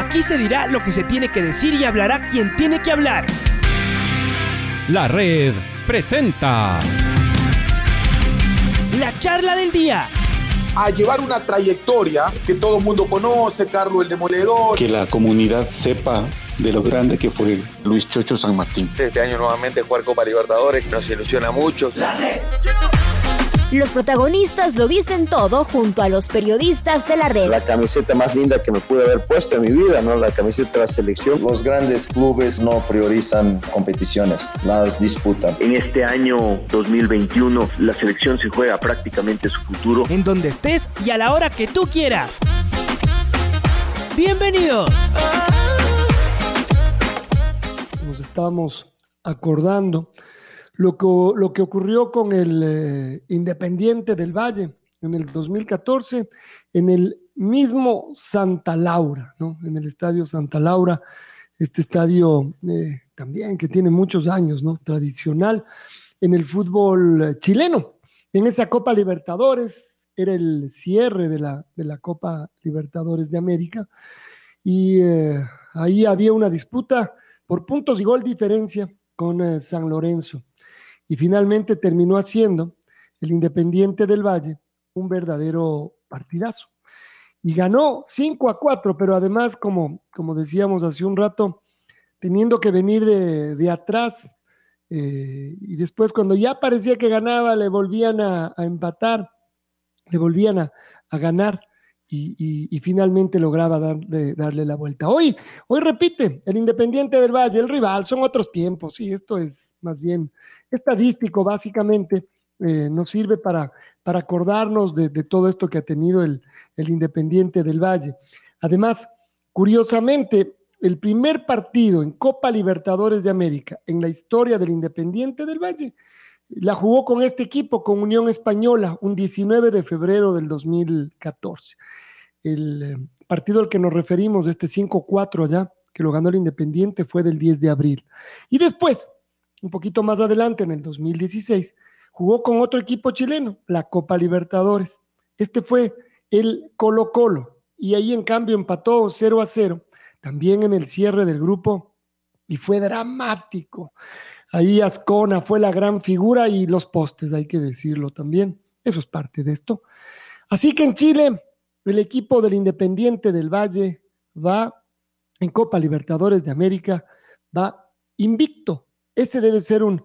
Aquí se dirá lo que se tiene que decir y hablará quien tiene que hablar. La Red presenta La charla del día. A llevar una trayectoria que todo el mundo conoce, Carlos el Demoledor. Que la comunidad sepa de lo grande que fue Luis Chocho San Martín. Este año nuevamente jugar Copa Libertadores nos ilusiona mucho. La Red. Los protagonistas lo dicen todo junto a los periodistas de la red. La camiseta más linda que me pude haber puesto en mi vida, ¿no? La camiseta de la selección. Los grandes clubes no priorizan competiciones, las disputan. En este año 2021 la selección se juega prácticamente su futuro. En donde estés y a la hora que tú quieras. ¡Bienvenidos! Nos estábamos acordando lo que ocurrió con el Independiente del Valle en el 2014 en el mismo Santa Laura, ¿no? En el Estadio Santa Laura, este estadio también que tiene muchos años, ¿no? Tradicional en el fútbol chileno. En esa Copa Libertadores, era el cierre de la Copa Libertadores de América, y ahí había una disputa por puntos y gol diferencia con San Lorenzo. Y finalmente terminó haciendo el Independiente del Valle un verdadero partidazo. Y ganó 5-4, pero además, como decíamos hace un rato, teniendo que venir de atrás, y después cuando ya parecía que ganaba, le volvían a empatar, le volvían a ganar, y finalmente lograba darle la vuelta. Hoy repite el Independiente del Valle, el rival, son otros tiempos, sí, esto es más bien estadístico, básicamente. Nos sirve para acordarnos de todo esto que ha tenido el Independiente del Valle. Además, curiosamente, el primer partido en Copa Libertadores de América en la historia del Independiente del Valle la jugó con este equipo, con Unión Española, un 19 de febrero del 2014. El partido al que nos referimos, este 5-4 allá, que lo ganó el Independiente, fue del 10 de abril. Y después, un poquito más adelante, en el 2016, jugó con otro equipo chileno, la Copa Libertadores. Este fue el Colo-Colo, y ahí en cambio empató 0-0, también en el cierre del grupo, y fue dramático. Ahí Ascona fue la gran figura y los postes, hay que decirlo también. Eso es parte de esto. Así que en Chile, el equipo del Independiente del Valle va en Copa Libertadores de América, va invicto. Ese debe ser una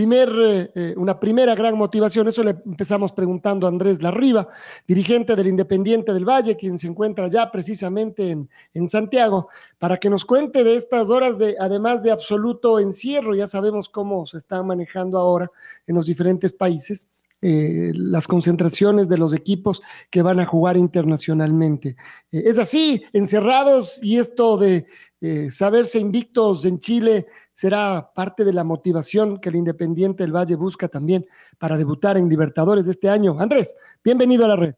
primera gran motivación. Eso le empezamos preguntando a Andrés Larriba, dirigente del Independiente del Valle, quien se encuentra ya precisamente en Santiago, para que nos cuente de estas horas, además de absoluto encierro. Ya sabemos cómo se está manejando ahora en los diferentes países las concentraciones de los equipos que van a jugar internacionalmente. Es así, encerrados, y esto de saberse invictos en Chile será parte de la motivación que el Independiente del Valle busca también para debutar en Libertadores de este año. Andrés, bienvenido a la red.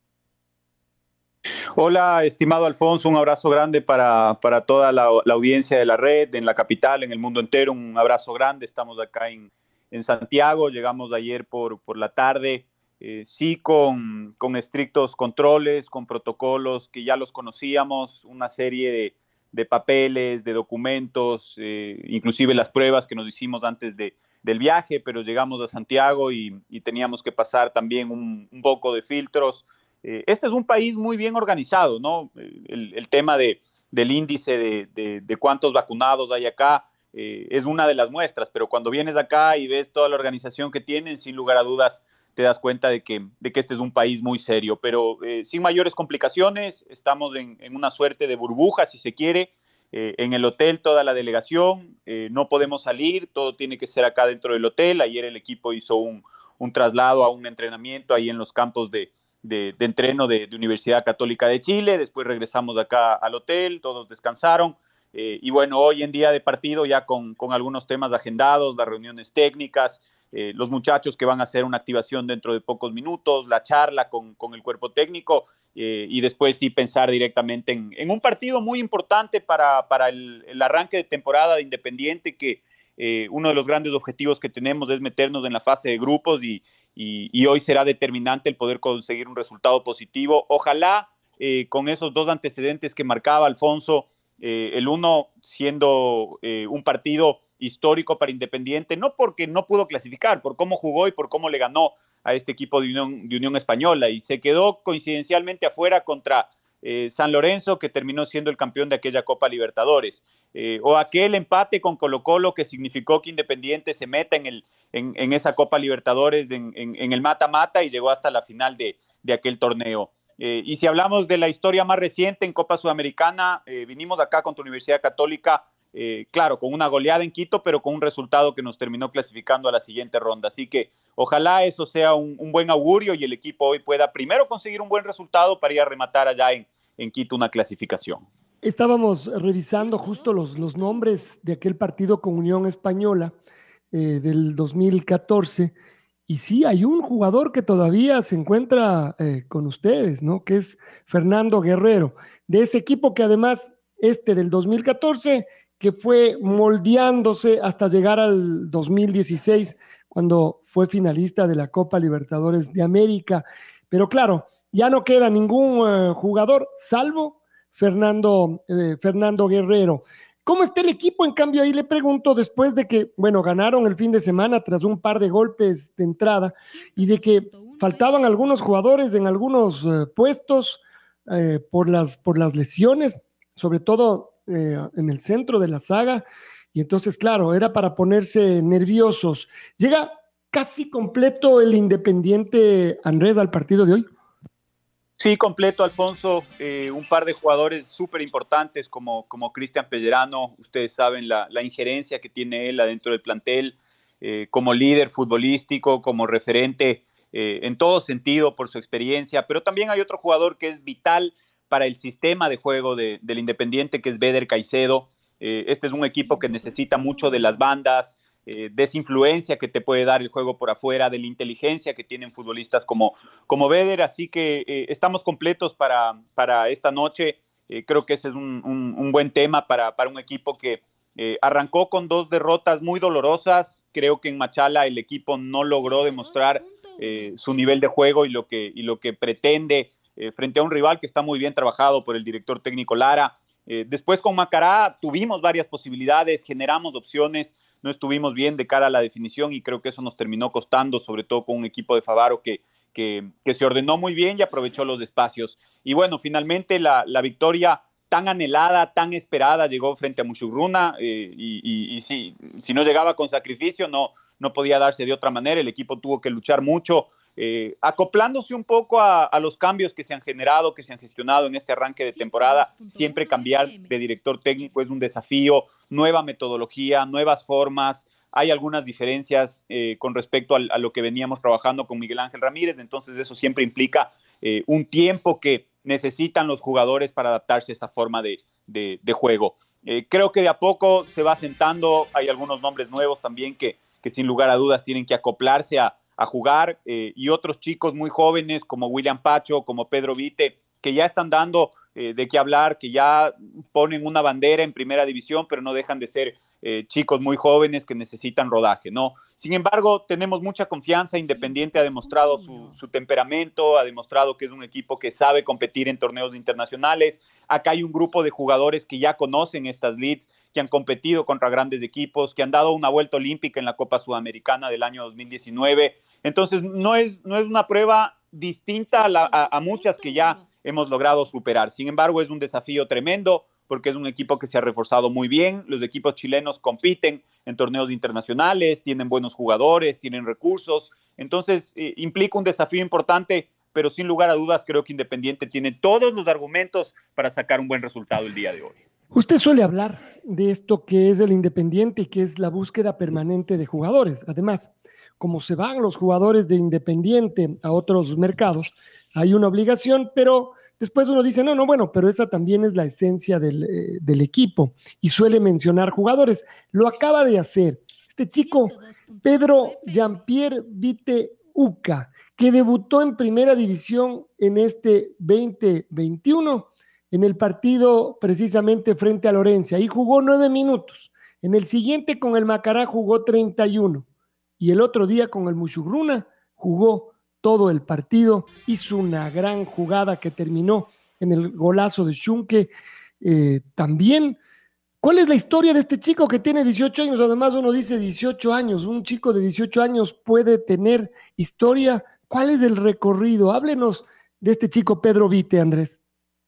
Hola, estimado Alfonso, un abrazo grande para toda la audiencia de la red, en la capital, en el mundo entero, un abrazo grande. Estamos acá en Santiago, llegamos ayer por la tarde, sí con estrictos controles, con protocolos que ya los conocíamos, una serie de papeles, de documentos, inclusive las pruebas que nos hicimos antes del viaje, pero llegamos a Santiago y teníamos que pasar también un poco de filtros. Este es un país muy bien organizado, ¿no? El tema del índice de cuántos vacunados hay acá es una de las muestras, pero cuando vienes acá y ves toda la organización que tienen, sin lugar a dudas te das cuenta de que este es un país muy serio, pero sin mayores complicaciones. Estamos en una suerte de burbuja, si se quiere, en el hotel toda la delegación, no podemos salir, todo tiene que ser acá dentro del hotel. Ayer el equipo hizo un traslado a un entrenamiento ahí en los campos de entreno de Universidad Católica de Chile, después regresamos acá al hotel, todos descansaron, y bueno, hoy en día de partido ya con algunos temas agendados, las reuniones técnicas, los muchachos que van a hacer una activación dentro de pocos minutos, la charla con el cuerpo técnico, y después sí pensar directamente en un partido muy importante para el arranque de temporada de Independiente, que uno de los grandes objetivos que tenemos es meternos en la fase de grupos, y hoy será determinante el poder conseguir un resultado positivo. Ojalá con esos dos antecedentes que marcaba Alfonso, el uno siendo un partido histórico para Independiente, no porque no pudo clasificar, por cómo jugó y por cómo le ganó a este equipo de Unión Española, y se quedó coincidencialmente afuera contra San Lorenzo, que terminó siendo el campeón de aquella Copa Libertadores, o aquel empate con Colo-Colo que significó que Independiente se meta en esa Copa Libertadores, en el mata-mata, y llegó hasta la final de aquel torneo. Y si hablamos de la historia más reciente en Copa Sudamericana, vinimos acá contra Universidad Católica, claro, con una goleada en Quito, pero con un resultado que nos terminó clasificando a la siguiente ronda. Así que ojalá eso sea un buen augurio y el equipo hoy pueda primero conseguir un buen resultado para ir a rematar allá en Quito una clasificación. Estábamos revisando justo los nombres de aquel partido con Unión Española del 2014, y sí, hay un jugador que todavía se encuentra con ustedes, ¿no? Que es Fernando Guerrero, de ese equipo que además, del 2014, que fue moldeándose hasta llegar al 2016, cuando fue finalista de la Copa Libertadores de América. Pero claro, ya no queda ningún jugador, salvo Fernando Guerrero. ¿Cómo está el equipo? En cambio, ahí le pregunto, después de que, ganaron el fin de semana tras un par de golpes de entrada y de que faltaban algunos jugadores en algunos puestos por las lesiones, sobre todo en el centro de la saga, y entonces, claro, era para ponerse nerviosos. ¿Llega casi completo el Independiente, Andrés, al partido de hoy? Sí, completo, Alfonso. Un par de jugadores súper importantes como Cristian Pellerano. Ustedes saben la injerencia que tiene él adentro del plantel, como líder futbolístico, como referente en todo sentido por su experiencia. Pero también hay otro jugador que es vital para el sistema de juego del Independiente, que es Beder Caicedo. Este es un equipo que necesita mucho de las bandas, de esa influencia que te puede dar el juego por afuera, de la inteligencia que tienen futbolistas como Beder, así que estamos completos para esta noche. Creo que ese es un buen tema para un equipo que arrancó con 2 derrotas muy dolorosas. Creo que en Machala el equipo no logró demostrar su nivel de juego y lo que pretende frente a un rival que está muy bien trabajado por el director técnico Lara. Después con Macará tuvimos varias posibilidades, generamos opciones, no estuvimos bien de cara a la definición y creo que eso nos terminó costando, sobre todo con un equipo de Favaro que se ordenó muy bien y aprovechó los espacios. Y bueno, finalmente la victoria tan anhelada, tan esperada, llegó frente a Mushurruna y si no llegaba con sacrificio no podía darse de otra manera. El equipo tuvo que luchar mucho, acoplándose un poco a los cambios que se han generado, que se han gestionado en este arranque de temporada. Siempre cambiar de director técnico es un desafío, nueva metodología, nuevas formas. Hay algunas diferencias con respecto a lo que veníamos trabajando con Miguel Ángel Ramírez, entonces eso siempre implica un tiempo que necesitan los jugadores para adaptarse a esa forma de juego. Creo que de a poco se va asentando, hay algunos nombres nuevos también que sin lugar a dudas tienen que acoplarse a jugar, y otros chicos muy jóvenes como William Pacho, como Pedro Vite, que ya están dando de qué hablar, que ya ponen una bandera en primera división, pero no dejan de ser chicos muy jóvenes que necesitan rodaje, ¿no? Sin embargo, tenemos mucha confianza. Independiente ha demostrado su temperamento, ha demostrado que es un equipo que sabe competir en torneos internacionales. Acá hay un grupo de jugadores que ya conocen estas leads, que han competido contra grandes equipos, que han dado una vuelta olímpica en la Copa Sudamericana del año 2019. Entonces, no es una prueba distinta a muchas que ya hemos logrado superar. Sin embargo, es un desafío tremendo porque es un equipo que se ha reforzado muy bien. Los equipos chilenos compiten en torneos internacionales, tienen buenos jugadores, tienen recursos. Entonces, implica un desafío importante, pero sin lugar a dudas creo que Independiente tiene todos los argumentos para sacar un buen resultado el día de hoy. Usted suele hablar de esto que es el Independiente y que es la búsqueda permanente de jugadores. Además, como se van los jugadores de Independiente a otros mercados, hay una obligación, pero después uno dice, bueno, pero esa también es la esencia del equipo, y suele mencionar jugadores. Lo acaba de hacer este chico, Pedro Jean-Pierre Vite Uca, que debutó en primera división en este 2021, en el partido precisamente frente a Lorenzo. Ahí jugó 9 minutos. En el siguiente con el Macará jugó 31. Y el otro día con el Mushurruna jugó todo el partido, hizo una gran jugada que terminó en el golazo de Schunke. también. ¿Cuál es la historia de este chico que tiene 18 años? Además, uno dice 18 años, un chico de 18 años puede tener historia. ¿Cuál es el recorrido? Háblenos de este chico Pedro Vite, Andrés.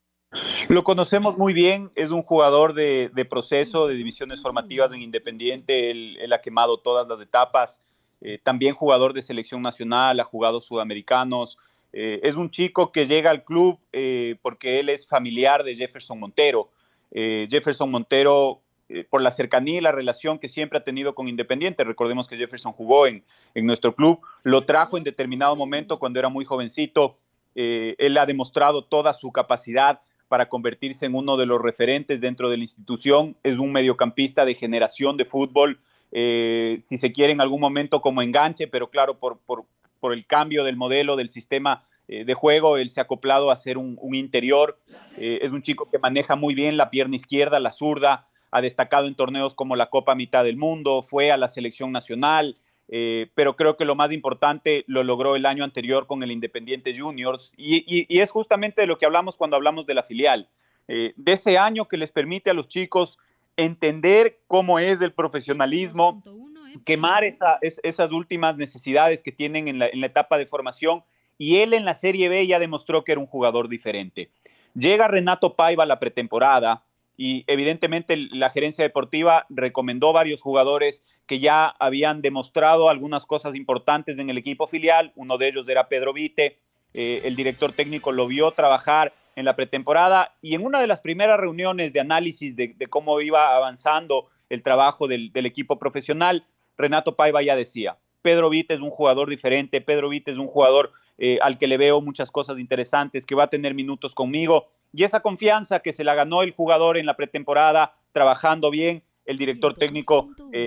Lo conocemos muy bien, es un jugador de proceso, de divisiones formativas en Independiente, él ha quemado todas las etapas, también jugador de selección nacional, ha jugado sudamericanos, es un chico que llega al club porque él es familiar de Jefferson Montero. Jefferson Montero, por la cercanía y la relación que siempre ha tenido con Independiente, recordemos que Jefferson jugó en nuestro club, lo trajo en determinado momento cuando era muy jovencito, él ha demostrado toda su capacidad para convertirse en uno de los referentes dentro de la institución, es un mediocampista de generación de fútbol, si se quiere en algún momento como enganche, pero claro, por el cambio del modelo, del sistema de juego, él se ha acoplado a ser un interior, es un chico que maneja muy bien la pierna izquierda, la zurda, ha destacado en torneos como la Copa Mitad del Mundo, fue a la selección nacional, pero creo que lo más importante lo logró el año anterior con el Independiente Juniors, y es justamente de lo que hablamos cuando hablamos de la filial, de ese año que les permite a los chicos entender cómo es el profesionalismo, quemar esas últimas necesidades que tienen en la etapa de formación, y él en la Serie B ya demostró que era un jugador diferente. Llega Renato Paiva a la pretemporada y evidentemente la gerencia deportiva recomendó varios jugadores que ya habían demostrado algunas cosas importantes en el equipo filial, uno de ellos era Pedro Vite, el director técnico lo vio trabajar en la pretemporada y en una de las primeras reuniones de análisis de cómo iba avanzando el trabajo del equipo profesional, Renato Paiva ya decía, Pedro Vite es un jugador diferente, Pedro Vite es un jugador al que le veo muchas cosas interesantes, que va a tener minutos conmigo, y esa confianza que se la ganó el jugador en la pretemporada, trabajando bien, el director técnico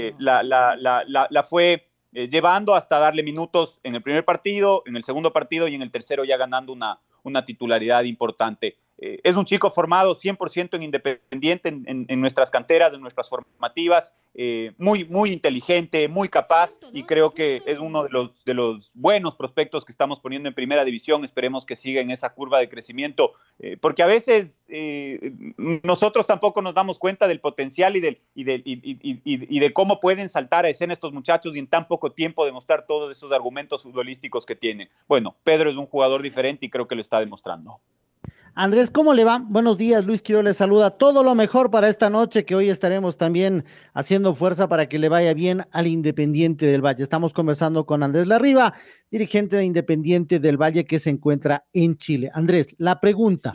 la fue llevando hasta darle minutos en el primer partido, en el segundo partido y en el tercero ya ganando una titularidad importante. Es un chico formado 100% en Independiente, en nuestras canteras, en nuestras formativas, muy, muy inteligente, muy capaz y creo que es uno de los buenos prospectos que estamos poniendo en primera división. Esperemos que siga en esa curva de crecimiento, porque a veces nosotros tampoco nos damos cuenta del potencial y de cómo pueden saltar a escena estos muchachos y en tan poco tiempo demostrar todos esos argumentos futbolísticos que tienen. Bueno, Pedro es un jugador diferente y creo que lo está demostrando. Andrés, ¿cómo le va? Buenos días, Luis Quiroz le saluda. Todo lo mejor para esta noche, que hoy estaremos también haciendo fuerza para que le vaya bien al Independiente del Valle. Estamos conversando con Andrés Larriba, dirigente de Independiente del Valle que se encuentra en Chile. Andrés, la pregunta,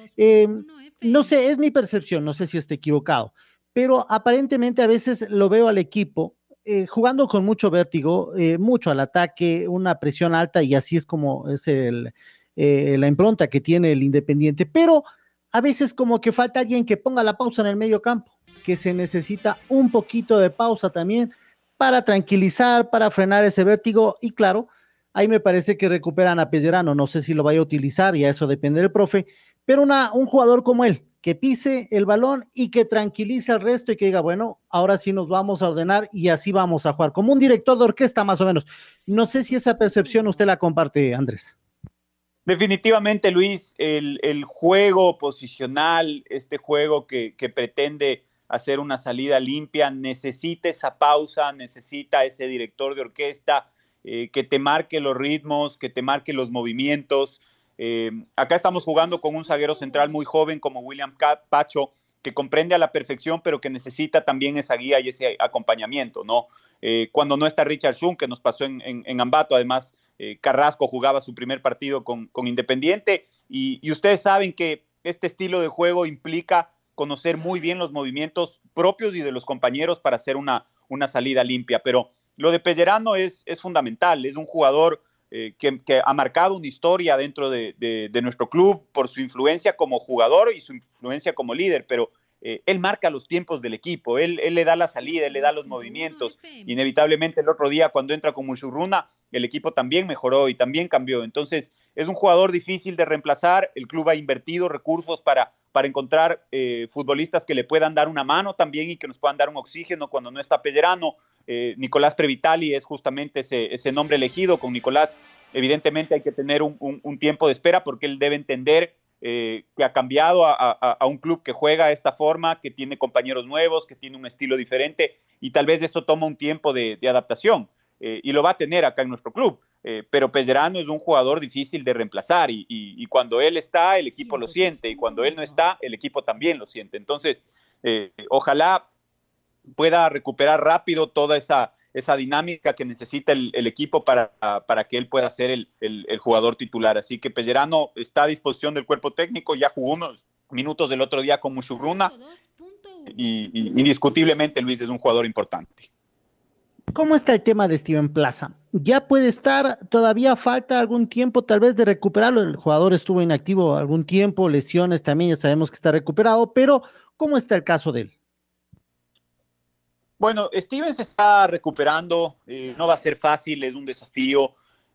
no sé, es mi percepción, no sé si esté equivocado, pero aparentemente a veces lo veo al equipo jugando con mucho vértigo, mucho al ataque, una presión alta y así es como es la impronta que tiene el Independiente, pero a veces como que falta alguien que ponga la pausa en el medio campo, que se necesita un poquito de pausa también para tranquilizar, para frenar ese vértigo y claro, ahí me parece que recuperan a Pellerano, no sé si lo vaya a utilizar y a eso depende del profe, pero un jugador como él, que pise el balón y que tranquilice al resto y que diga, bueno, ahora sí nos vamos a ordenar y así vamos a jugar, como un director de orquesta más o menos. No sé si esa percepción usted la comparte, Andrés. Definitivamente, Luis, el juego posicional, este juego que pretende hacer una salida limpia, necesita esa pausa, necesita ese director de orquesta que te marque los ritmos, que te marque los movimientos. Acá estamos jugando con un zaguero central muy joven como William Pacho, que comprende a la perfección, pero que necesita también esa guía y ese acompañamiento, ¿no? Cuando no está Richard Schunk, que nos pasó en Ambato, además Carrasco jugaba su primer partido con Independiente, y ustedes saben que este estilo de juego implica conocer muy bien los movimientos propios y de los compañeros para hacer una salida limpia, pero lo de Pellerano es fundamental, es un jugador que ha marcado una historia dentro de nuestro club por su influencia como jugador y su influencia como líder, pero él marca los tiempos del equipo, él le da la salida, él le da los movimientos. Inevitablemente el otro día cuando entra con Muchurruna, el equipo también mejoró y también cambió. Entonces es un jugador difícil de reemplazar, el club ha invertido recursos para encontrar futbolistas que le puedan dar una mano también y que nos puedan dar un oxígeno cuando no está Pellerano. Nicolás Previtali es justamente ese nombre elegido. Con Nicolás evidentemente hay que tener un tiempo de espera porque él debe entender que ha cambiado a un club que juega de esta forma, que tiene compañeros nuevos, que tiene un estilo diferente, y tal vez eso toma un tiempo de adaptación, y lo va a tener acá en nuestro club. Pero Pellerano es un jugador difícil de reemplazar, y cuando él está, el equipo lo siente, y cuando él no está, el equipo también lo siente. Entonces, ojalá pueda recuperar rápido toda esa dinámica que necesita el equipo para que él pueda ser el jugador titular. Así que Pellerano está a disposición del cuerpo técnico, ya jugó unos minutos del otro día con Muchugruna, y indiscutiblemente Luis es un jugador importante. ¿Cómo está el tema de Steven Plaza? ¿Ya puede estar? ¿Todavía falta algún tiempo tal vez de recuperarlo? El jugador estuvo inactivo algún tiempo, lesiones también, ya sabemos que está recuperado, pero ¿cómo está el caso de él? Bueno, Steven se está recuperando, no va a ser fácil, es un desafío.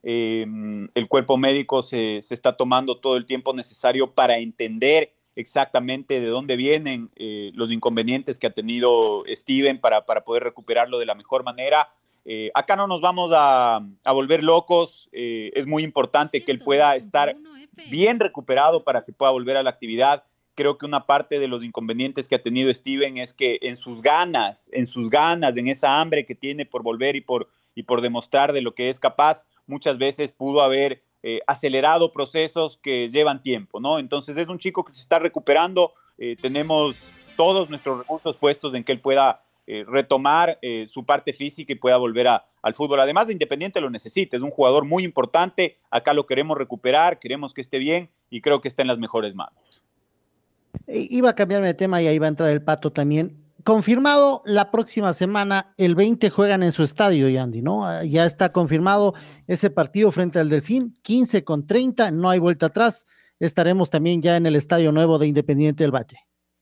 El cuerpo médico se está tomando todo el tiempo necesario para entender exactamente de dónde vienen los inconvenientes que ha tenido Steven para poder recuperarlo de la mejor manera. Acá no nos vamos a volver locos, es muy importante que él pueda estar bien recuperado para que pueda volver a la actividad. Creo que una parte de los inconvenientes que ha tenido Steven es que en sus ganas, en esa hambre que tiene por volver y por demostrar de lo que es capaz, muchas veces pudo haber acelerado procesos que llevan tiempo, ¿no? Entonces es un chico que se está recuperando, tenemos todos nuestros recursos puestos en que él pueda retomar su parte física y pueda volver al fútbol. Además de Independiente lo necesita, es un jugador muy importante, acá lo queremos recuperar, queremos que esté bien y creo que está en las mejores manos. Iba a cambiarme de tema y ahí va a entrar el Pato también. Confirmado, la próxima semana, el 20 juegan en su estadio, Yandy, ¿no? Ya está confirmado ese partido frente al Delfín, 15-30, no hay vuelta atrás. Estaremos también ya en el estadio nuevo de Independiente del Valle.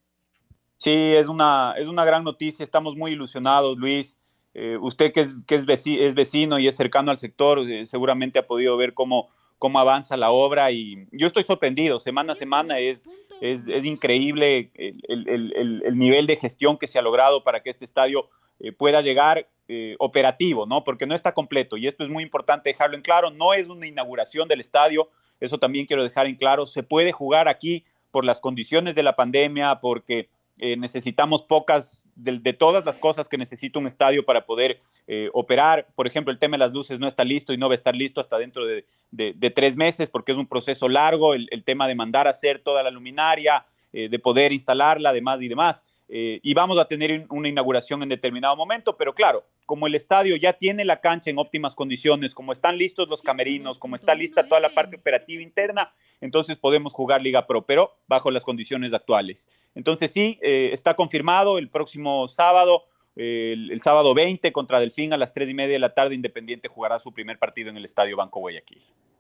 Sí, es una gran noticia, estamos muy ilusionados, Luis. Usted que es vecino y es cercano al sector, seguramente ha podido ver cómo avanza la obra, y yo estoy sorprendido, semana a semana es increíble el nivel de gestión que se ha logrado para que este estadio pueda llegar operativo, ¿no? Porque no está completo, y esto es muy importante dejarlo en claro, no es una inauguración del estadio, eso también quiero dejar en claro, se puede jugar aquí por las condiciones de la pandemia, porque necesitamos pocas de todas las cosas que necesita un estadio para poder operar. Por ejemplo, el tema de las luces no está listo y no va a estar listo hasta dentro de 3 meses, porque es un proceso largo, el tema de mandar a hacer toda la luminaria, de poder instalarla, además y demás. Y vamos a tener una inauguración en determinado momento, pero claro, como el estadio ya tiene la cancha en óptimas condiciones, como están listos los camerinos, como está lista toda la parte operativa interna, entonces podemos jugar Liga Pro, pero bajo las condiciones actuales. Entonces sí, está confirmado el próximo sábado, el sábado 20 contra Delfín a las 3:30 de la tarde, Independiente jugará su primer partido en el Estadio Banco Guayaquil.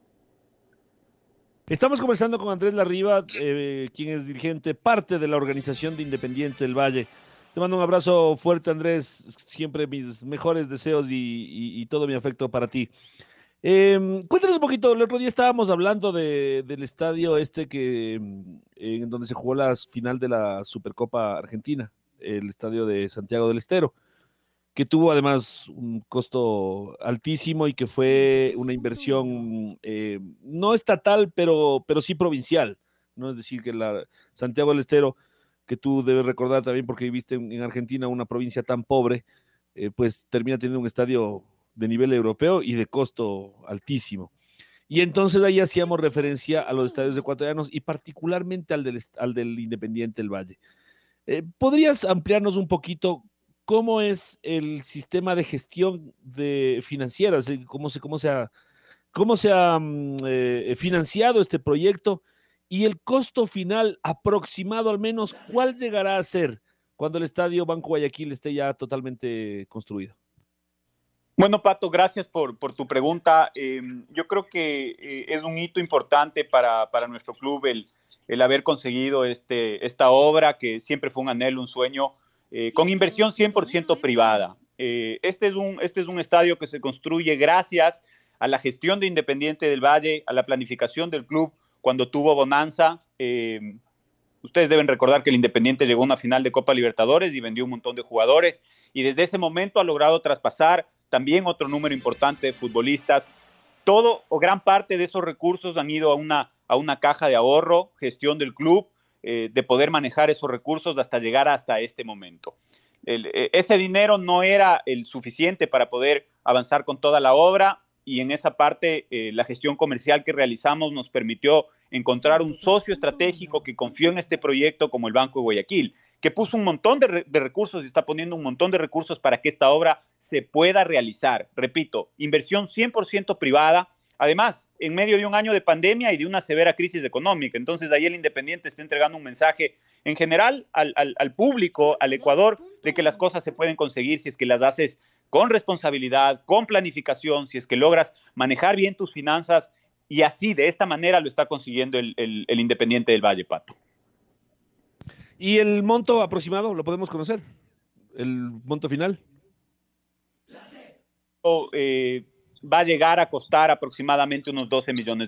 Estamos conversando con Andrés Larriva, quien es dirigente, parte de la organización de Independiente del Valle. Te mando un abrazo fuerte, Andrés, siempre mis mejores deseos y todo mi afecto para ti. Cuéntanos un poquito, el otro día estábamos hablando del estadio en donde se jugó la final de la Supercopa Argentina, el estadio de Santiago del Estero, que tuvo además un costo altísimo y que fue una inversión no estatal, pero sí provincial, ¿no? Es decir, que Santiago del Estero, que tú debes recordar también porque viviste en Argentina, una provincia tan pobre, pues termina teniendo un estadio de nivel europeo y de costo altísimo. Y entonces ahí hacíamos referencia a los estadios ecuatorianos y particularmente al del Independiente del Valle. ¿Podrías ampliarnos un poquito cómo es el sistema de gestión financiera? O sea, cómo se ha financiado este proyecto y el costo final aproximado al menos, ¿cuál llegará a ser cuando el Estadio Banco Guayaquil esté ya totalmente construido? Bueno, Pato, gracias por tu pregunta. Yo creo que es un hito importante para nuestro club el haber conseguido esta obra, que siempre fue un anhelo, un sueño, con inversión 100% privada. Este es un estadio que se construye gracias a la gestión de Independiente del Valle, a la planificación del club cuando tuvo bonanza. Ustedes deben recordar que el Independiente llegó a una final de Copa Libertadores y vendió un montón de jugadores, y desde ese momento ha logrado traspasar también otro número importante de futbolistas. Todo o gran parte de esos recursos han ido a a una caja de ahorro, gestión del club, de poder manejar esos recursos hasta llegar hasta este momento. Ese dinero no era el suficiente para poder avanzar con toda la obra, y en esa parte la gestión comercial que realizamos nos permitió encontrar un socio estratégico que confió en este proyecto, como el Banco de Guayaquil, que puso un montón de recursos y está poniendo un montón de recursos para que esta obra se pueda realizar. Repito, inversión 100% privada, además, en medio de un año de pandemia y de una severa crisis económica. Entonces, ahí el Independiente está entregando un mensaje en general al público, al Ecuador, de que las cosas se pueden conseguir si es que las haces con responsabilidad, con planificación, si es que logras manejar bien tus finanzas, y así, de esta manera, lo está consiguiendo el Independiente del Valle, Pato. ¿Y el monto aproximado lo podemos conocer? ¿El monto final? Va a llegar a costar aproximadamente unos $12 millones.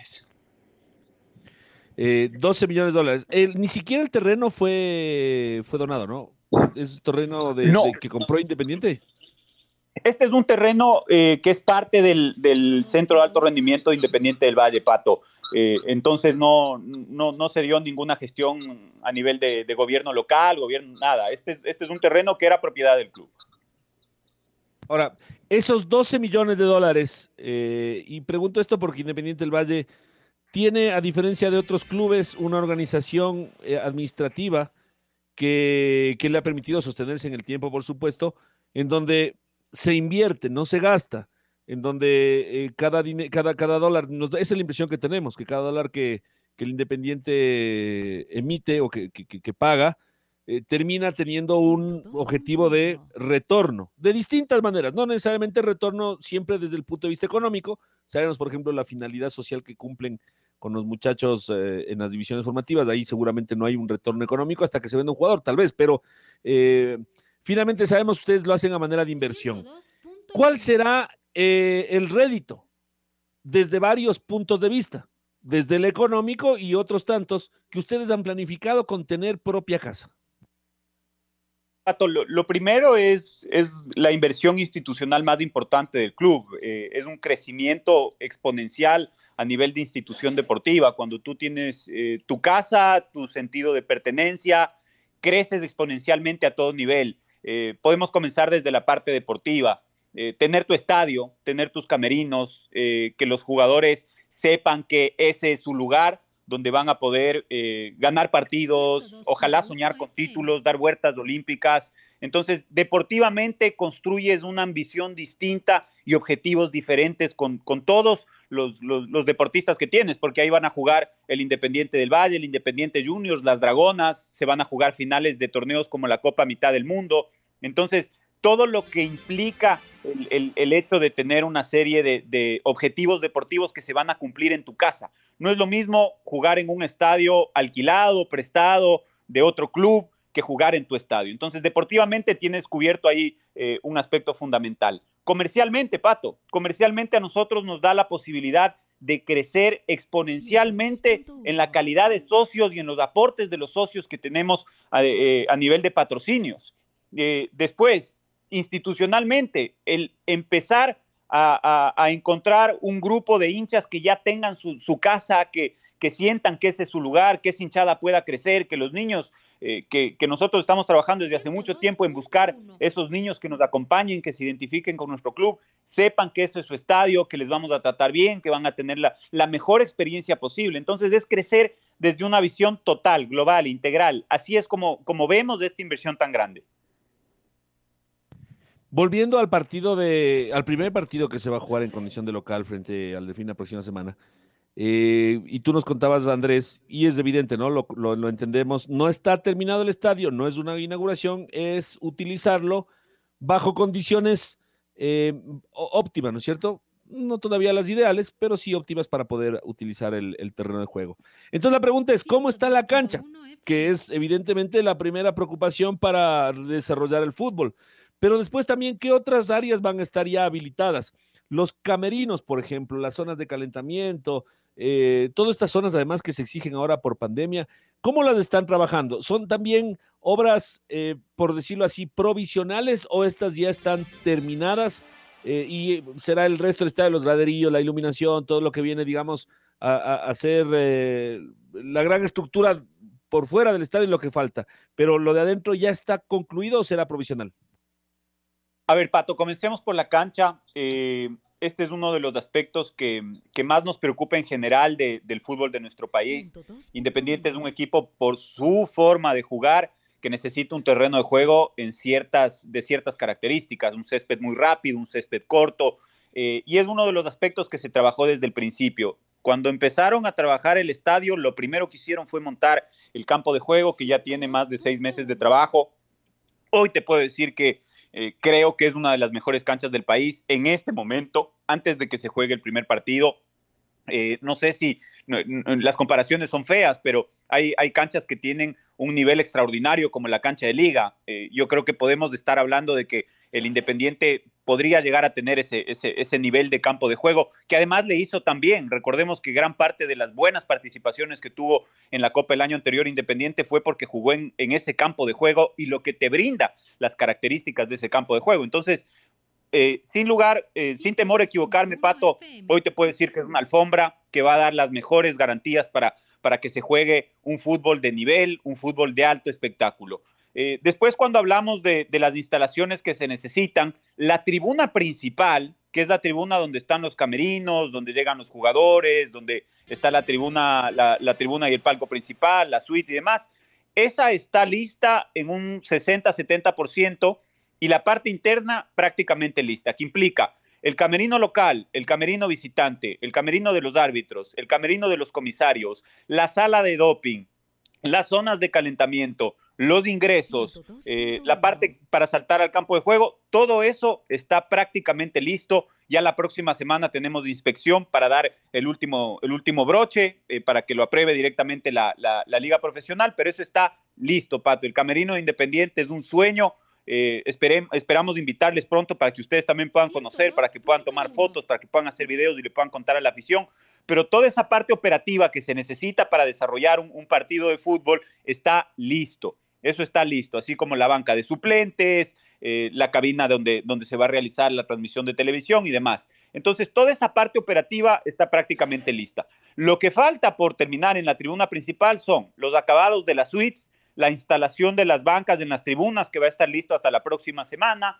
12 millones de dólares. Ni siquiera el terreno fue donado, ¿no? ¿Es terreno que compró Independiente? Este es un terreno que es parte del Centro de Alto Rendimiento de Independiente del Valle, Pato. Entonces no se dio ninguna gestión a nivel de gobierno local, nada. Este es un terreno que era propiedad del club. Ahora, esos 12 millones de dólares, y pregunto esto porque Independiente del Valle tiene, a diferencia de otros clubes, una organización administrativa que le ha permitido sostenerse en el tiempo, por supuesto, en donde se invierte, no se gasta, en donde cada dólar, esa es la impresión que tenemos, que cada dólar que el Independiente emite o que paga, termina teniendo un objetivo de retorno, de distintas maneras, no necesariamente retorno siempre desde el punto de vista económico. Sabemos, por ejemplo, la finalidad social que cumplen con los muchachos en las divisiones formativas, ahí seguramente no hay un retorno económico hasta que se venda un jugador, tal vez, pero finalmente sabemos que ustedes lo hacen a manera de inversión. ¿Cuál será el rédito? Desde varios puntos de vista, desde el económico y otros tantos que ustedes han planificado con tener propia casa. Lo primero es la inversión institucional más importante del club. Es un crecimiento exponencial a nivel de institución deportiva. Cuando tú tienes tu casa, tu sentido de pertenencia, creces exponencialmente a todo nivel. Podemos comenzar desde la parte deportiva. Tener tu estadio, tener tus camerinos, que los jugadores sepan que ese es su lugar, donde van a poder ganar partidos, ojalá soñar con títulos, dar vueltas olímpicas. Entonces, deportivamente construyes una ambición distinta y objetivos diferentes con todos los deportistas que tienes, porque ahí van a jugar el Independiente del Valle, el Independiente Juniors, las Dragonas, se van a jugar finales de torneos como la Copa Mitad del Mundo. Entonces, todo lo que implica el hecho de tener una serie de objetivos deportivos que se van a cumplir en tu casa. No es lo mismo jugar en un estadio alquilado, prestado, de otro club, que jugar en tu estadio. Entonces, deportivamente tienes cubierto ahí un aspecto fundamental. Comercialmente, Pato, comercialmente a nosotros nos da la posibilidad de crecer exponencialmente en la calidad de socios y en los aportes de los socios que tenemos a nivel de patrocinios. Después, institucionalmente, el empezar a encontrar un grupo de hinchas que ya tengan su casa, que sientan que ese es su lugar, que esa hinchada pueda crecer, que los niños, que nosotros estamos trabajando desde hace mucho tiempo en buscar esos niños que nos acompañen, que se identifiquen con nuestro club, sepan que ese es su estadio, que les vamos a tratar bien, que van a tener la mejor experiencia posible. Entonces es crecer desde una visión total, global, integral. Así es como vemos esta inversión tan grande. Volviendo al primer partido que se va a jugar en condición de local frente al Delfín la próxima semana, y tú nos contabas, Andrés, y es evidente, ¿no? Lo entendemos, no está terminado el estadio, no es una inauguración, es utilizarlo bajo condiciones óptimas, ¿no es cierto? No todavía las ideales, pero sí óptimas para poder utilizar el terreno de juego. Entonces la pregunta es, ¿cómo está la cancha? Que es evidentemente la primera preocupación para desarrollar el fútbol. Pero después también, ¿qué otras áreas van a estar ya habilitadas? Los camerinos, por ejemplo, las zonas de calentamiento, todas estas zonas además que se exigen ahora por pandemia, ¿cómo las están trabajando? ¿Son también obras, por decirlo así, provisionales o estas ya están terminadas y será el resto del estadio, los graderillos, la iluminación, todo lo que viene, digamos, hacer la gran estructura por fuera del estadio, lo que falta, pero lo de adentro ya está concluido o será provisional. A ver, Pato, comencemos por la cancha. Este es uno de los aspectos que más nos preocupa en general del fútbol de nuestro país. Independiente es un equipo por su forma de jugar que necesita un terreno de juego de ciertas características, un césped muy rápido, un césped corto, y es uno de los aspectos que se trabajó desde el principio. Cuando empezaron a trabajar el estadio, lo primero que hicieron fue montar el campo de juego, que ya tiene más de 6 meses de trabajo. Hoy te puedo decir que creo que es una de las mejores canchas del país en este momento, antes de que se juegue el primer partido. No sé si las comparaciones son feas, pero hay canchas que tienen un nivel extraordinario como la cancha de Liga. Yo creo que podemos estar hablando de que el Independiente podría llegar a tener ese nivel de campo de juego, que además le hizo también. Recordemos que gran parte de las buenas participaciones que tuvo en la Copa el año anterior Independiente fue porque jugó en ese campo de juego y lo que te brinda las características de ese campo de juego. Entonces, sin temor a equivocarme, Pato, hoy te puedo decir que es una alfombra que va a dar las mejores garantías para que se juegue un fútbol de nivel, un fútbol de alto espectáculo. Después, cuando hablamos de las instalaciones que se necesitan, la tribuna principal, que es la tribuna donde están los camerinos, donde llegan los jugadores, donde está la tribuna y el palco principal, la suite y demás, esa está lista en un 60-70%, y la parte interna prácticamente lista, que implica el camerino local, el camerino visitante, el camerino de los árbitros, el camerino de los comisarios, la sala de doping, las zonas de calentamiento, los ingresos, la parte para saltar al campo de juego, todo eso está prácticamente listo. Ya la próxima semana tenemos inspección para dar el último broche, para que lo apruebe directamente la Liga Profesional, pero eso está listo, Pato. El camerino de Independiente es un sueño. Esperamos invitarles pronto para que ustedes también puedan conocer, para que puedan tomar fotos, para que puedan hacer videos y le puedan contar a la afición, pero toda esa parte operativa que se necesita para desarrollar un partido de fútbol está listo. Eso está listo, así como la banca de suplentes, la cabina donde se va a realizar la transmisión de televisión y demás. Entonces, toda esa parte operativa está prácticamente lista. Lo que falta por terminar en la tribuna principal son los acabados de las suites, la instalación de las bancas en las tribunas, que va a estar listo hasta la próxima semana,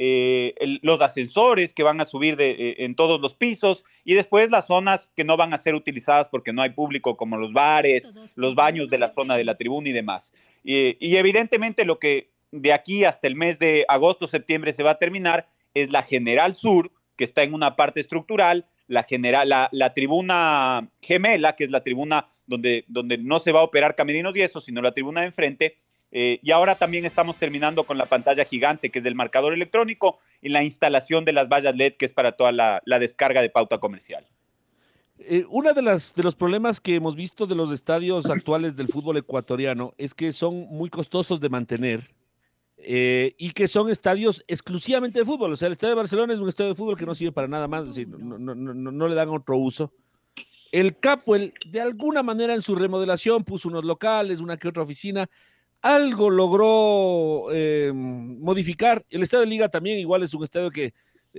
los ascensores que van a subir en todos los pisos, y después las zonas que no van a ser utilizadas porque no hay público, como los bares, los baños de la zona de la tribuna y demás. Y evidentemente lo que de aquí hasta el mes de agosto, septiembre se va a terminar es la General Sur, que está en una parte estructural, la tribuna gemela, que es la tribuna donde no se va a operar camerinos y eso, sino la tribuna de enfrente. Y ahora también estamos terminando con la pantalla gigante, que es del marcador electrónico, y la instalación de las vallas LED, que es para toda la descarga de pauta comercial. Uno de los problemas que hemos visto de los estadios actuales del fútbol ecuatoriano es que son muy costosos de mantener, y que son estadios exclusivamente de fútbol. O sea, el estadio de Barcelona es un estadio de fútbol que no sirve para nada más, es decir, no le dan otro uso. El Capuel, de alguna manera en su remodelación, puso unos locales, una que otra oficina, algo logró modificar. El estadio de Liga también igual es un estadio que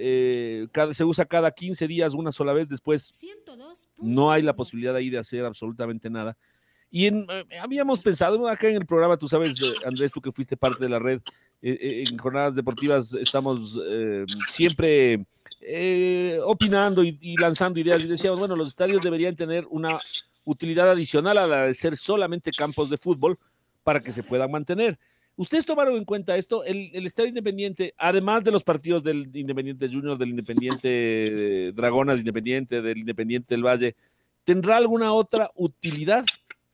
se usa cada 15 días una sola vez, después no hay la posibilidad ahí de hacer absolutamente nada. Y habíamos pensado, acá en el programa, tú sabes, Andrés, tú que fuiste parte de la red, en Jornadas Deportivas estamos siempre opinando y lanzando ideas, y decíamos, bueno, los estadios deberían tener una utilidad adicional a la de ser solamente campos de fútbol para que se puedan mantener. ¿Ustedes tomaron en cuenta esto? El Estadio Independiente, además de los partidos del Independiente Junior, del Independiente Dragonas Independiente, del Independiente del Valle, ¿tendrá alguna otra utilidad?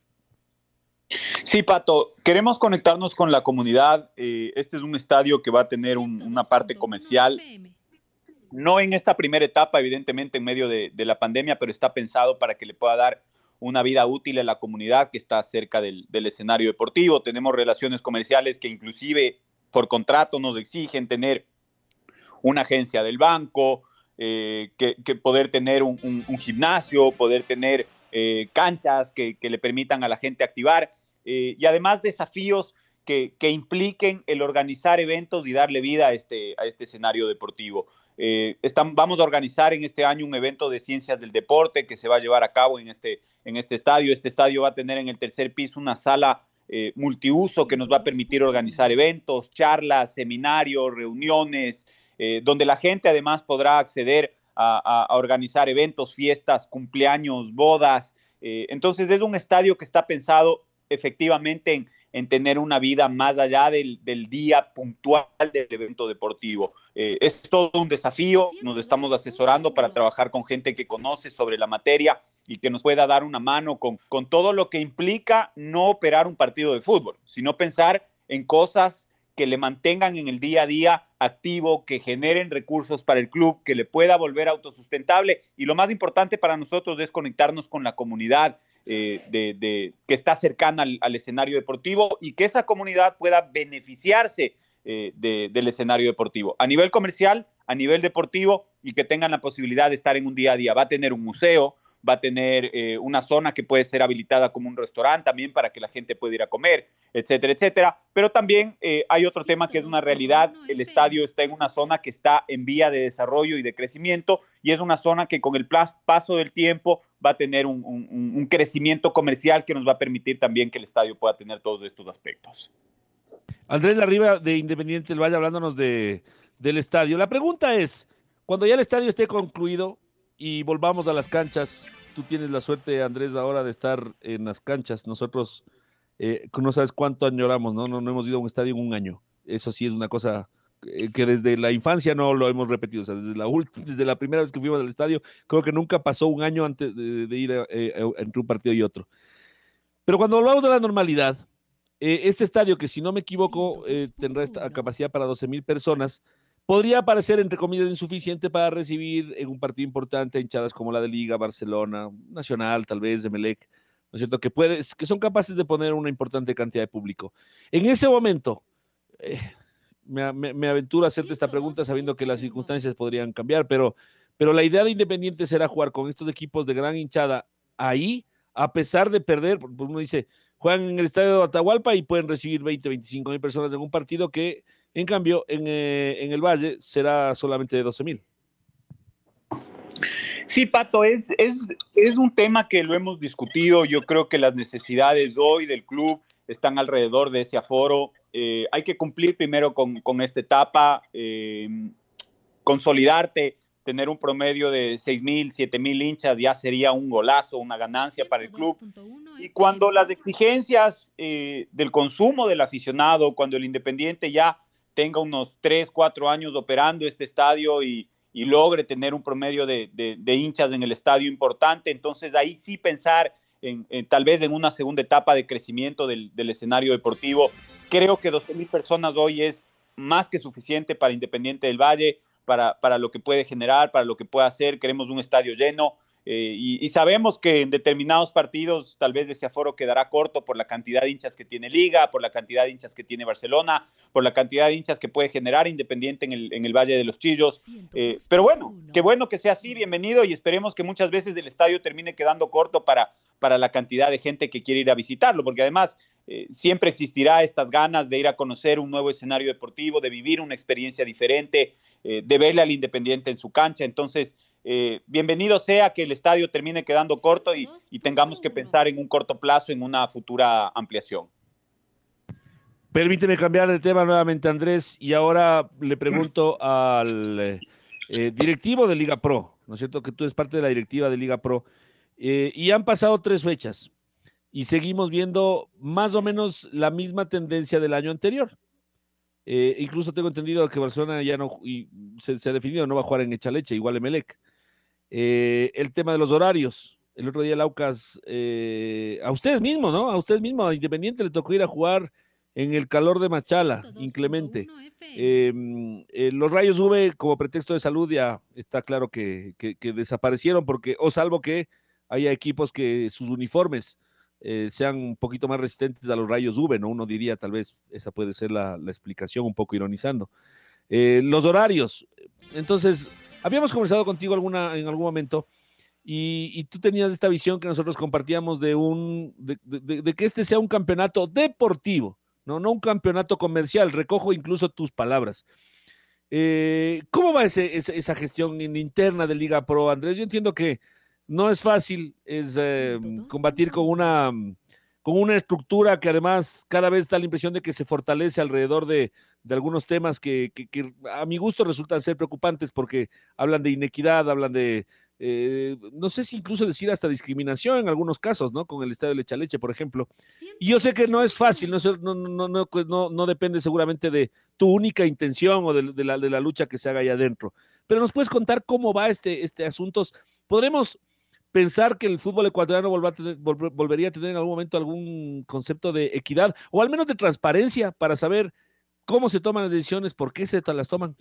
Sí, Pato, queremos conectarnos con la comunidad. Este es un estadio que va a tener una parte comercial. No en esta primera etapa, evidentemente, en medio de la pandemia, pero está pensado para que le pueda dar una vida útil a la comunidad que está cerca del escenario deportivo. Tenemos relaciones comerciales que inclusive por contrato nos exigen tener una agencia del banco, que poder tener un gimnasio, poder tener canchas que le permitan a la gente activar, y además desafíos que impliquen el organizar eventos y darle vida a este escenario deportivo. Vamos a organizar en este año un evento de ciencias del deporte que se va a llevar a cabo en este estadio. Este estadio va a tener en el tercer piso una sala multiuso que nos va a permitir organizar eventos, charlas, seminarios, reuniones, donde la gente además podrá acceder a organizar eventos, fiestas, cumpleaños, bodas. Entonces es un estadio que está pensado efectivamente en tener una vida más allá del día puntual del evento deportivo. Es todo un desafío, nos estamos asesorando para trabajar con gente que conoce sobre la materia y que nos pueda dar una mano con todo lo que implica no operar un partido de fútbol, sino pensar en cosas que le mantengan en el día a día activo, que generen recursos para el club, que le pueda volver autosustentable. Y lo más importante para nosotros es conectarnos con la comunidad que está cercana al escenario deportivo y que esa comunidad pueda beneficiarse del escenario deportivo. A nivel comercial, a nivel deportivo, y que tengan la posibilidad de estar en un día a día. Va a tener un museo, va a tener una zona que puede ser habilitada como un restaurante también para que la gente pueda ir a comer, etcétera, etcétera. Pero también hay otro tema que es una realidad. El estadio está en una zona que está en vía de desarrollo y de crecimiento, y es una zona que con el paso del tiempo va a tener un crecimiento comercial que nos va a permitir también que el estadio pueda tener todos estos aspectos. Andrés Larriba de Independiente del Valle, hablándonos del estadio. La pregunta es, cuando ya el estadio esté concluido y volvamos a las canchas, tú tienes la suerte, Andrés, ahora de estar en las canchas. Nosotros no sabes cuánto añoramos, ¿no? No hemos ido a un estadio en un año. Eso sí es una cosa que desde la infancia no lo hemos repetido. O sea, desde la primera vez que fuimos al estadio, creo que nunca pasó un año antes de ir entre un partido y otro. Pero cuando volvamos a la normalidad, este estadio, que si no me equivoco tendrá esta capacidad para 12,000 personas, podría parecer, entre comillas, insuficiente para recibir en un partido importante a hinchadas como la de Liga, Barcelona, Nacional, tal vez, Emelec, ¿no es cierto? Que son capaces de poner una importante cantidad de público. En ese momento, me aventuro a hacerte esta pregunta sabiendo que las circunstancias podrían cambiar, pero la idea de Independiente será jugar con estos equipos de gran hinchada ahí, a pesar de perder. Uno dice, juegan en el estadio de Atahualpa y pueden recibir 20-25,000 personas en un partido que, en cambio, en el Valle será solamente de 12,000. Sí, Pato, es un tema que lo hemos discutido. Yo creo que las necesidades hoy del club están alrededor de ese aforo. Hay que cumplir primero con esta etapa, consolidarte, tener un promedio de 6,000, 7,000 hinchas ya sería un golazo, una ganancia para el club. Y cuando las exigencias del consumo del aficionado, cuando el Independiente ya tenga unos 3, 4 años operando este estadio y logre tener un promedio de hinchas en el estadio importante, entonces ahí sí pensar tal vez en una segunda etapa de crecimiento del escenario deportivo. Creo que 12,000 personas hoy es más que suficiente para Independiente del Valle, para lo que puede generar, para lo que puede hacer. Queremos un estadio lleno y sabemos que en determinados partidos tal vez ese aforo quedará corto por la cantidad de hinchas que tiene Liga, por la cantidad de hinchas que tiene Barcelona, por la cantidad de hinchas que puede generar Independiente en el Valle de los Chillos. Pero bueno, qué bueno que sea así, bienvenido, y esperemos que muchas veces el estadio termine quedando corto para la cantidad de gente que quiere ir a visitarlo, porque además siempre existirá estas ganas de ir a conocer un nuevo escenario deportivo, de vivir una experiencia diferente, de verle al Independiente en su cancha. Entonces, bienvenido sea que el estadio termine quedando corto y tengamos que pensar en un corto plazo en una futura ampliación. Permíteme cambiar de tema nuevamente, Andrés, y ahora le pregunto al directivo de Liga Pro, ¿no es cierto? Que tú eres parte de la directiva de Liga Pro, y han pasado 3 fechas y seguimos viendo más o menos la misma tendencia del año anterior. Incluso tengo entendido que Barcelona ya no, y se ha definido, no va a jugar en Echaleche, igual Emelec. El tema de los horarios. El otro día el Aucas, a ustedes mismos, ¿no? A ustedes mismos, a Independiente le tocó ir a jugar en el calor de Machala, inclemente. Los Rayos V, como pretexto de salud, ya está claro que desaparecieron, porque, o salvo que haya equipos que sus uniformes sean un poquito más resistentes a los Rayos V, ¿no? Uno diría, tal vez, esa puede ser la explicación, un poco ironizando. Los horarios. Entonces, habíamos conversado contigo en algún momento y tú tenías esta visión que nosotros compartíamos de que este sea un campeonato deportivo, no un campeonato comercial. Recojo incluso tus palabras. ¿Cómo va esa gestión interna de Liga Pro, Andrés? Yo entiendo que no es fácil, es combatir con una estructura que además cada vez da la impresión de que se fortalece alrededor de algunos temas que a mi gusto resultan ser preocupantes porque hablan de inequidad, hablan de, no sé si incluso decir hasta discriminación en algunos casos, ¿no? Con el Estadio Leche a Leche, por ejemplo. Y yo sé que no es fácil, no depende seguramente de tu única intención o de la lucha que se haga allá adentro. Pero ¿nos puedes contar cómo va este asunto? ¿Podremos pensar que el fútbol ecuatoriano volvería a tener en algún momento algún concepto de equidad o al menos de transparencia para saber cómo se toman las decisiones, por qué se las toman?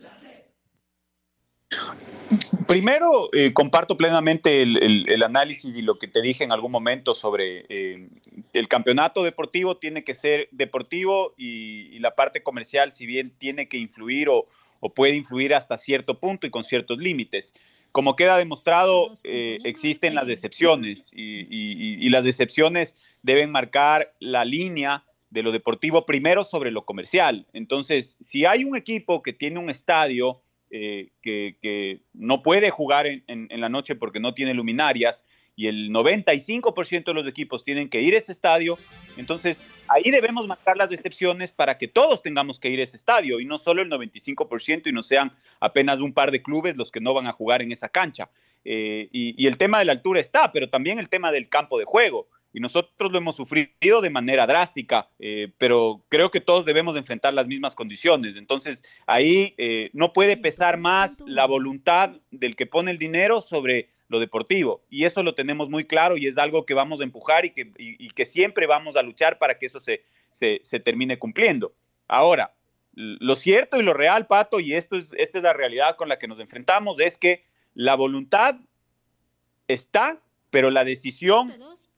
Primero, comparto plenamente el análisis y lo que te dije en algún momento sobre el campeonato deportivo tiene que ser deportivo y la parte comercial, si bien tiene que influir o puede influir hasta cierto punto y con ciertos límites. Como queda demostrado, existen las decepciones y las decepciones deben marcar la línea de lo deportivo primero sobre lo comercial. Entonces, si hay un equipo que tiene un estadio que no puede jugar en la noche porque no tiene luminarias y el 95% de los equipos tienen que ir a ese estadio, entonces ahí debemos marcar las decepciones para que todos tengamos que ir a ese estadio y no solo el 95% y no sean apenas un par de clubes los que no van a jugar en esa cancha. Y el tema de la altura está, pero también el tema del campo de juego. Y nosotros lo hemos sufrido de manera drástica, pero creo que todos debemos enfrentar las mismas condiciones. Entonces, ahí no puede pesar más la voluntad del que pone el dinero sobre lo deportivo. Y eso lo tenemos muy claro y es algo que vamos a empujar y que siempre vamos a luchar para que eso se termine cumpliendo. Ahora, lo cierto y lo real, Pato, y esta es la realidad con la que nos enfrentamos, es que la voluntad está, pero la decisión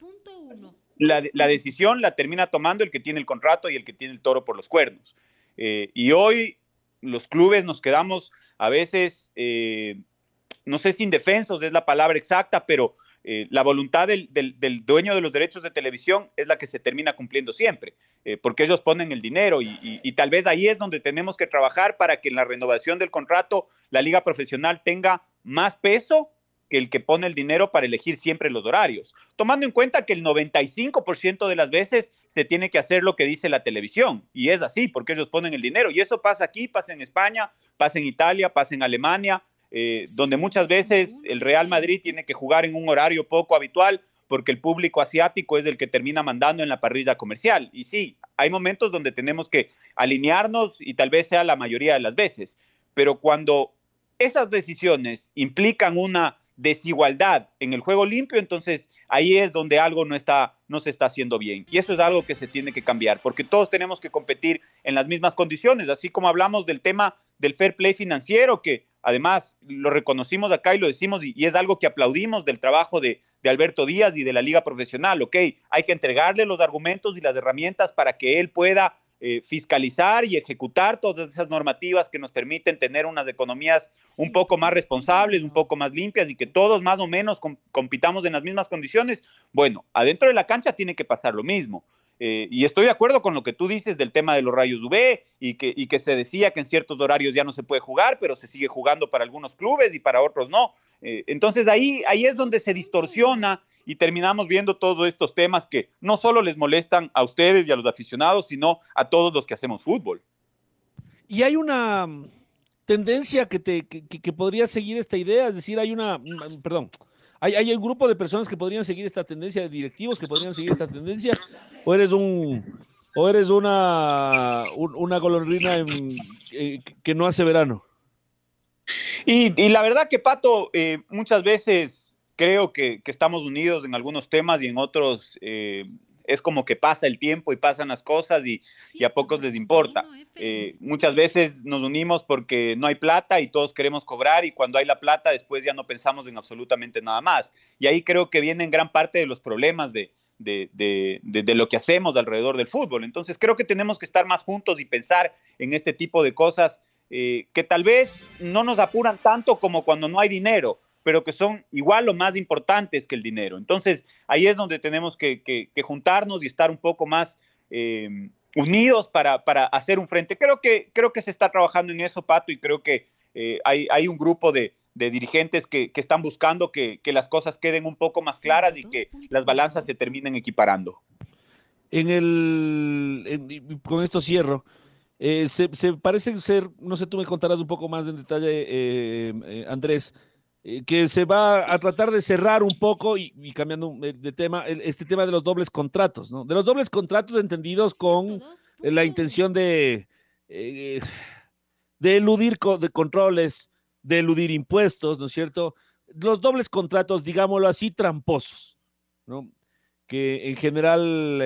la termina tomando el que tiene el contrato y el que tiene el toro por los cuernos. Y hoy los clubes nos quedamos a veces, no sé si indefensos es la palabra exacta, pero la voluntad del dueño de los derechos de televisión es la que se termina cumpliendo siempre, porque ellos ponen el dinero y tal vez ahí es donde tenemos que trabajar para que en la renovación del contrato la liga profesional tenga más peso que el que pone el dinero para elegir siempre los horarios, tomando en cuenta que el 95% de las veces se tiene que hacer lo que dice la televisión, y es así, porque ellos ponen el dinero, y eso pasa aquí, pasa en España, pasa en Italia, pasa en Alemania, donde muchas veces el Real Madrid tiene que jugar en un horario poco habitual, porque el público asiático es el que termina mandando en la parrilla comercial, y sí, hay momentos donde tenemos que alinearnos, y tal vez sea la mayoría de las veces, pero cuando esas decisiones implican una desigualdad en el juego limpio, entonces ahí es donde algo no se está haciendo bien. Y eso es algo que se tiene que cambiar, porque todos tenemos que competir en las mismas condiciones, así como hablamos del tema del fair play financiero, que además lo reconocimos acá y lo decimos, y es algo que aplaudimos del trabajo de Alberto Díaz y de la Liga Profesional. Ok, hay que entregarle los argumentos y las herramientas para que él pueda fiscalizar y ejecutar todas esas normativas que nos permiten tener unas economías un poco más responsables, un poco más limpias y que todos más o menos compitamos en las mismas condiciones. Bueno, adentro de la cancha tiene que pasar lo mismo. Y estoy de acuerdo con lo que tú dices del tema de los rayos UV y que se decía que en ciertos horarios ya no se puede jugar, pero se sigue jugando para algunos clubes y para otros no. Entonces ahí es donde se distorsiona y terminamos viendo todos estos temas que no solo les molestan a ustedes y a los aficionados, sino a todos los que hacemos fútbol. Y hay una tendencia que podría seguir esta idea, es decir, hay un grupo de personas que podrían seguir esta tendencia, de directivos que podrían seguir esta tendencia, o eres una golondrina que no hace verano. Y la verdad que, Pato, muchas veces creo que estamos unidos en algunos temas y en otros es como que pasa el tiempo y pasan las cosas y a pocos les importa. Muchas veces nos unimos porque no hay plata y todos queremos cobrar, y cuando hay la plata después ya no pensamos en absolutamente nada más. Y ahí creo que vienen gran parte de los problemas de lo que hacemos alrededor del fútbol. Entonces creo que tenemos que estar más juntos y pensar en este tipo de cosas que tal vez no nos apuran tanto como cuando no hay dinero, pero que son igual o más importantes que el dinero. Entonces, ahí es donde tenemos que juntarnos y estar un poco más unidos para hacer un frente. Creo que se está trabajando en eso, Pato, y creo que hay un grupo de dirigentes que están buscando que las cosas queden un poco más claras y que las balanzas se terminen equiparando. Con esto cierro. Se parece ser, no sé, tú me contarás un poco más en detalle, Andrés, que se va a tratar de cerrar un poco y cambiando de tema, este tema de los dobles contratos, ¿no? De los dobles contratos entendidos con la intención de eludir de controles, de eludir impuestos, ¿no es cierto? Los dobles contratos, digámoslo así, tramposos, ¿no? Que en general,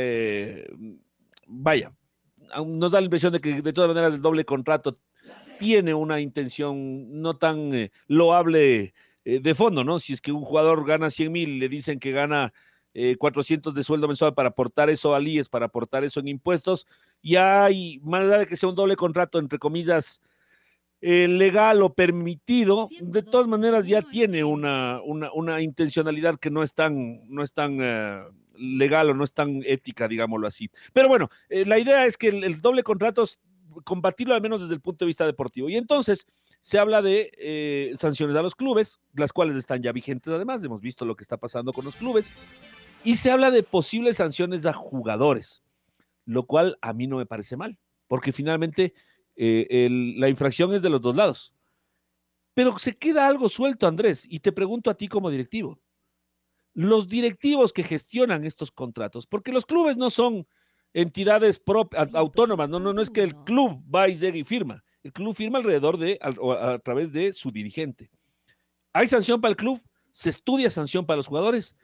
nos da la impresión de que de todas maneras el doble contrato tiene una intención no tan loable de fondo, ¿no? Si es que un jugador gana 100,000 y le dicen que gana 400 de sueldo mensual para aportar eso al IES, para aportar eso en impuestos, y hay, más allá de que sea un doble contrato, entre comillas, legal o permitido, de todas maneras ya tiene una intencionalidad que no es tan legal o no es tan ética, digámoslo así. Pero bueno, la idea es que el doble contrato es combatirlo al menos desde el punto de vista deportivo. Y entonces se habla de sanciones a los clubes, las cuales están ya vigentes además, hemos visto lo que está pasando con los clubes, y se habla de posibles sanciones a jugadores, lo cual a mí no me parece mal, porque finalmente la infracción es de los dos lados. Pero se queda algo suelto, Andrés, y te pregunto a ti como directivo. Los directivos que gestionan estos contratos, porque los clubes no son entidades autónomas, no es que el club va y llega y firma. El club firma alrededor a través de su dirigente. ¿Hay sanción para el club? ¿Se estudia sanción para los jugadores?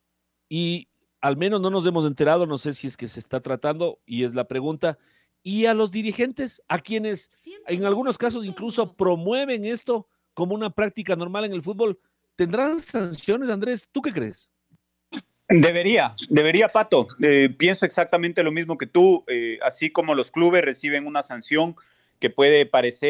Y al menos no nos hemos enterado, no sé si es que se está tratando, y es la pregunta. Y a los dirigentes, a quienes en algunos casos incluso promueven esto como una práctica normal en el fútbol, ¿tendrán sanciones, Andrés? ¿Tú qué crees? Debería, Pato. Pienso exactamente lo mismo que tú. Así como los clubes reciben una sanción que puede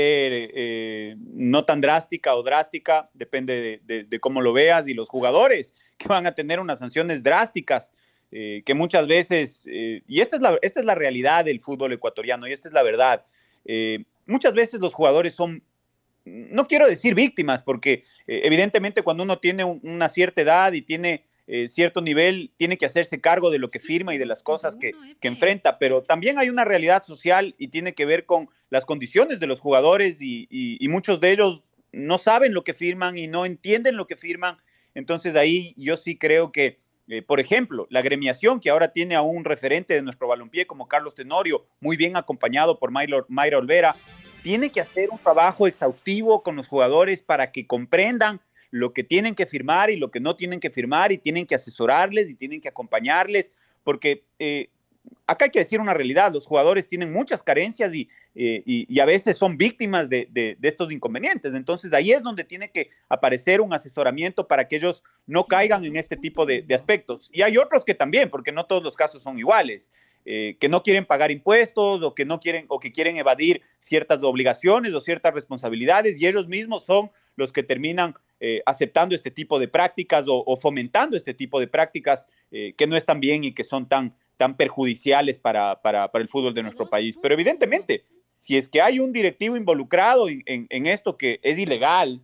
parecer no tan drástica o drástica, depende de cómo lo veas, y los jugadores que van a tener unas sanciones drásticas, que muchas veces, y esta es la realidad del fútbol ecuatoriano, y esta es la verdad, muchas veces los jugadores son, no quiero decir víctimas, porque evidentemente cuando uno tiene una cierta edad y tiene cierto nivel, tiene que hacerse cargo de lo que firma y de las cosas que enfrenta, pero también hay una realidad social y tiene que ver con las condiciones de los jugadores y muchos de ellos no saben lo que firman y no entienden lo que firman. Entonces ahí yo sí creo que, por ejemplo, la agremiación, que ahora tiene a un referente de nuestro balompié como Carlos Tenorio, muy bien acompañado por Mayra Olvera, tiene que hacer un trabajo exhaustivo con los jugadores para que comprendan lo que tienen que firmar y lo que no tienen que firmar, y tienen que asesorarles y tienen que acompañarles, porque acá hay que decir una realidad: los jugadores tienen muchas carencias y a veces son víctimas de estos inconvenientes. Entonces ahí es donde tiene que aparecer un asesoramiento para que ellos no caigan en este tipo de aspectos. Y hay otros que también, porque no todos los casos son iguales, que no quieren pagar impuestos o que quieren evadir ciertas obligaciones o ciertas responsabilidades, y ellos mismos son los que terminan aceptando este tipo de prácticas o fomentando este tipo de prácticas que no están bien y que son tan perjudiciales para el fútbol de nuestro país. Pero evidentemente, si es que hay un directivo involucrado en esto que es ilegal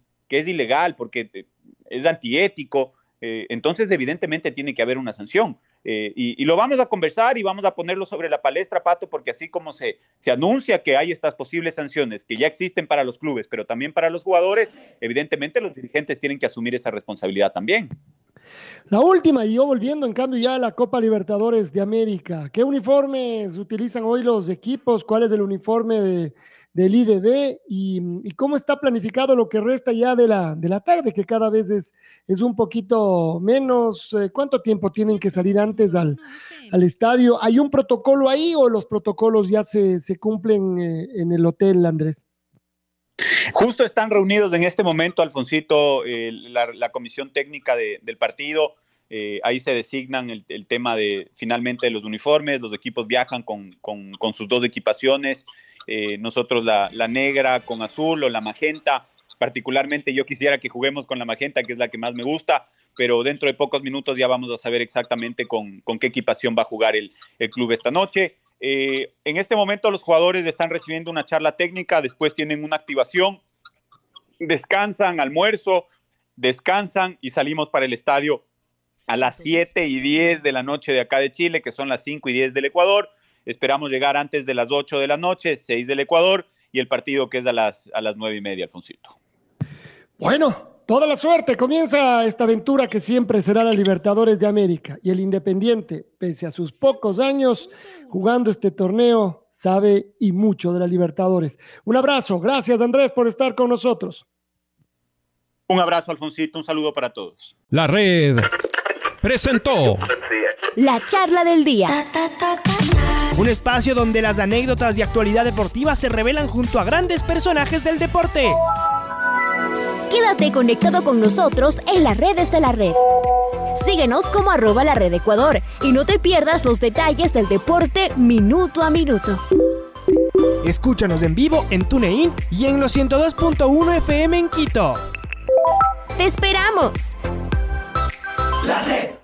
porque es antiético, entonces evidentemente tiene que haber una sanción. Y lo vamos a conversar y vamos a ponerlo sobre la palestra, Pato, porque así como se anuncia que hay estas posibles sanciones que ya existen para los clubes, pero también para los jugadores, evidentemente los dirigentes tienen que asumir esa responsabilidad también. La última, y yo volviendo en cambio ya a la Copa Libertadores de América, ¿qué uniformes utilizan hoy los equipos? ¿Cuál es el uniforme del IDB? ¿Y cómo está planificado lo que resta ya de la tarde, que cada vez es un poquito menos? ¿Cuánto tiempo tienen que salir antes al estadio? ¿Hay un protocolo ahí o los protocolos ya se cumplen en el hotel, Andrés? Justo están reunidos en este momento, Alfonsito, la comisión técnica del partido. Ahí se designan el tema finalmente de los uniformes. Los equipos viajan con sus dos equipaciones. Nosotros la negra con azul o la magenta. Particularmente yo quisiera que juguemos con la magenta, que es la que más me gusta, pero dentro de pocos minutos ya vamos a saber exactamente con qué equipación va a jugar el club esta noche. En este momento los jugadores están recibiendo una charla técnica, después tienen una activación, descansan, almuerzo, descansan y salimos para el estadio a las 7:10 de la noche de acá de Chile, que son las 5:10 del Ecuador. Esperamos llegar antes de las 8 de la noche, 6 del Ecuador, y el partido que es a las 9:30, Alfonsito. Bueno, toda la suerte. Comienza esta aventura que siempre será la Libertadores de América. Y el Independiente, pese a sus pocos años jugando este torneo, sabe y mucho de la Libertadores. Un abrazo. Gracias, Andrés, por estar con nosotros. Un abrazo, Alfonsito. Un saludo para todos. La Red presentó la charla del día. Un espacio donde las anécdotas de actualidad deportiva se revelan junto a grandes personajes del deporte. Quédate conectado con nosotros en las redes de la red. Síguenos como @LaRedEcuador y no te pierdas los detalles del deporte minuto a minuto. Escúchanos en vivo en TuneIn y en los 102.1 FM en Quito. ¡Te esperamos! La Red.